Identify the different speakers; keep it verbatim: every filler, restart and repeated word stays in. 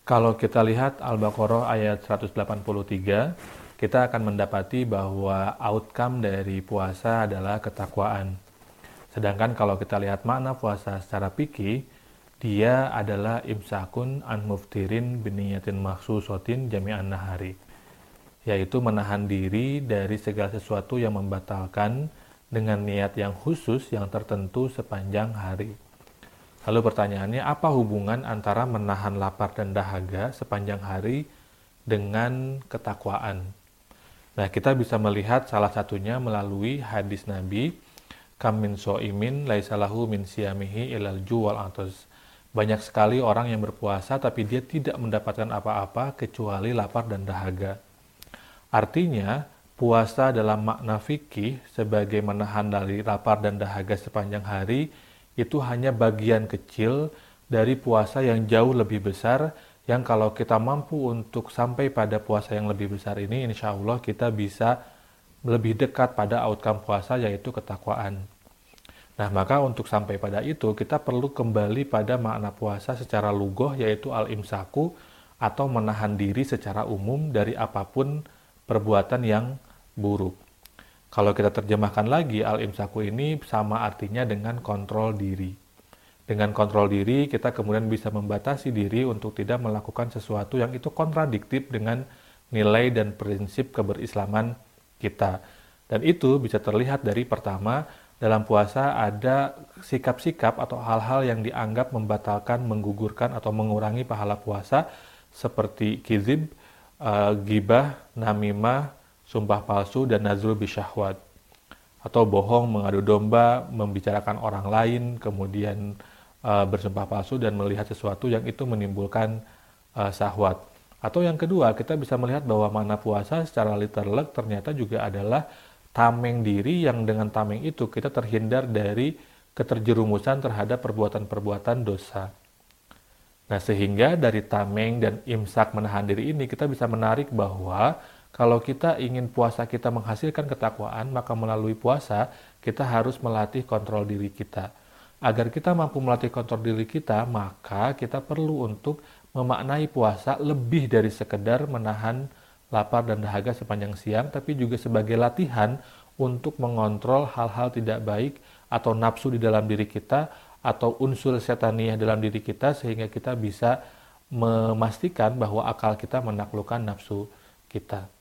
Speaker 1: Kalau kita lihat Al-Baqarah ayat seratus delapan puluh tiga, kita akan mendapati bahwa outcome dari puasa adalah ketakwaan. Sedangkan kalau kita lihat makna puasa secara fikih, dia adalah imsakun an muftirin biniyatin makhsusotin jami'an nahari, yaitu menahan diri dari segala sesuatu yang membatalkan dengan niat yang khusus yang tertentu sepanjang hari. Lalu pertanyaannya, apa hubungan antara menahan lapar dan dahaga sepanjang hari dengan ketakwaan? Nah, kita bisa melihat salah satunya melalui hadis Nabi, kam min so'imin laisalahu min siyamihi ilal ju wal atas. Banyak sekali orang yang berpuasa tapi dia tidak mendapatkan apa-apa kecuali lapar dan dahaga. Artinya, puasa dalam makna fikih sebagai menahan dari lapar dan dahaga sepanjang hari itu hanya bagian kecil dari puasa yang jauh lebih besar, yang kalau kita mampu untuk sampai pada puasa yang lebih besar ini, insya Allah kita bisa lebih dekat pada outcome puasa, yaitu ketakwaan. Nah, maka untuk sampai pada itu, kita perlu kembali pada makna puasa secara lugoh, yaitu al-imsaku, atau menahan diri secara umum dari apapun perbuatan yang buruk. Kalau kita terjemahkan lagi, al-imsaku ini sama artinya dengan kontrol diri. Dengan kontrol diri, kita kemudian bisa membatasi diri untuk tidak melakukan sesuatu yang itu kontradiktif dengan nilai dan prinsip keberislaman kita. Dan itu bisa terlihat dari pertama, dalam puasa ada sikap-sikap atau hal-hal yang dianggap membatalkan, menggugurkan, atau mengurangi pahala puasa, seperti kizib, uh, gibah, namimah, sumpah palsu, dan nazrul bisyahwat, atau bohong, mengadu domba, membicarakan orang lain, kemudian uh, bersumpah palsu dan melihat sesuatu yang itu menimbulkan uh, syahwat. Atau yang kedua, kita bisa melihat bahwa makna puasa secara literal ternyata juga adalah tameng diri, yang dengan tameng itu kita terhindar dari keterjerumusan terhadap perbuatan-perbuatan dosa. Nah, sehingga dari tameng dan imsak menahan diri ini kita bisa menarik bahwa kalau kita ingin puasa kita menghasilkan ketakwaan, maka melalui puasa kita harus melatih kontrol diri kita. Agar kita mampu melatih kontrol diri kita, maka kita perlu untuk memaknai puasa lebih dari sekedar menahan lapar dan dahaga sepanjang siang, tapi juga sebagai latihan untuk mengontrol hal-hal tidak baik atau nafsu di dalam diri kita, atau unsur setaniyah dalam diri kita, sehingga kita bisa memastikan bahwa akal kita menaklukkan nafsu kita.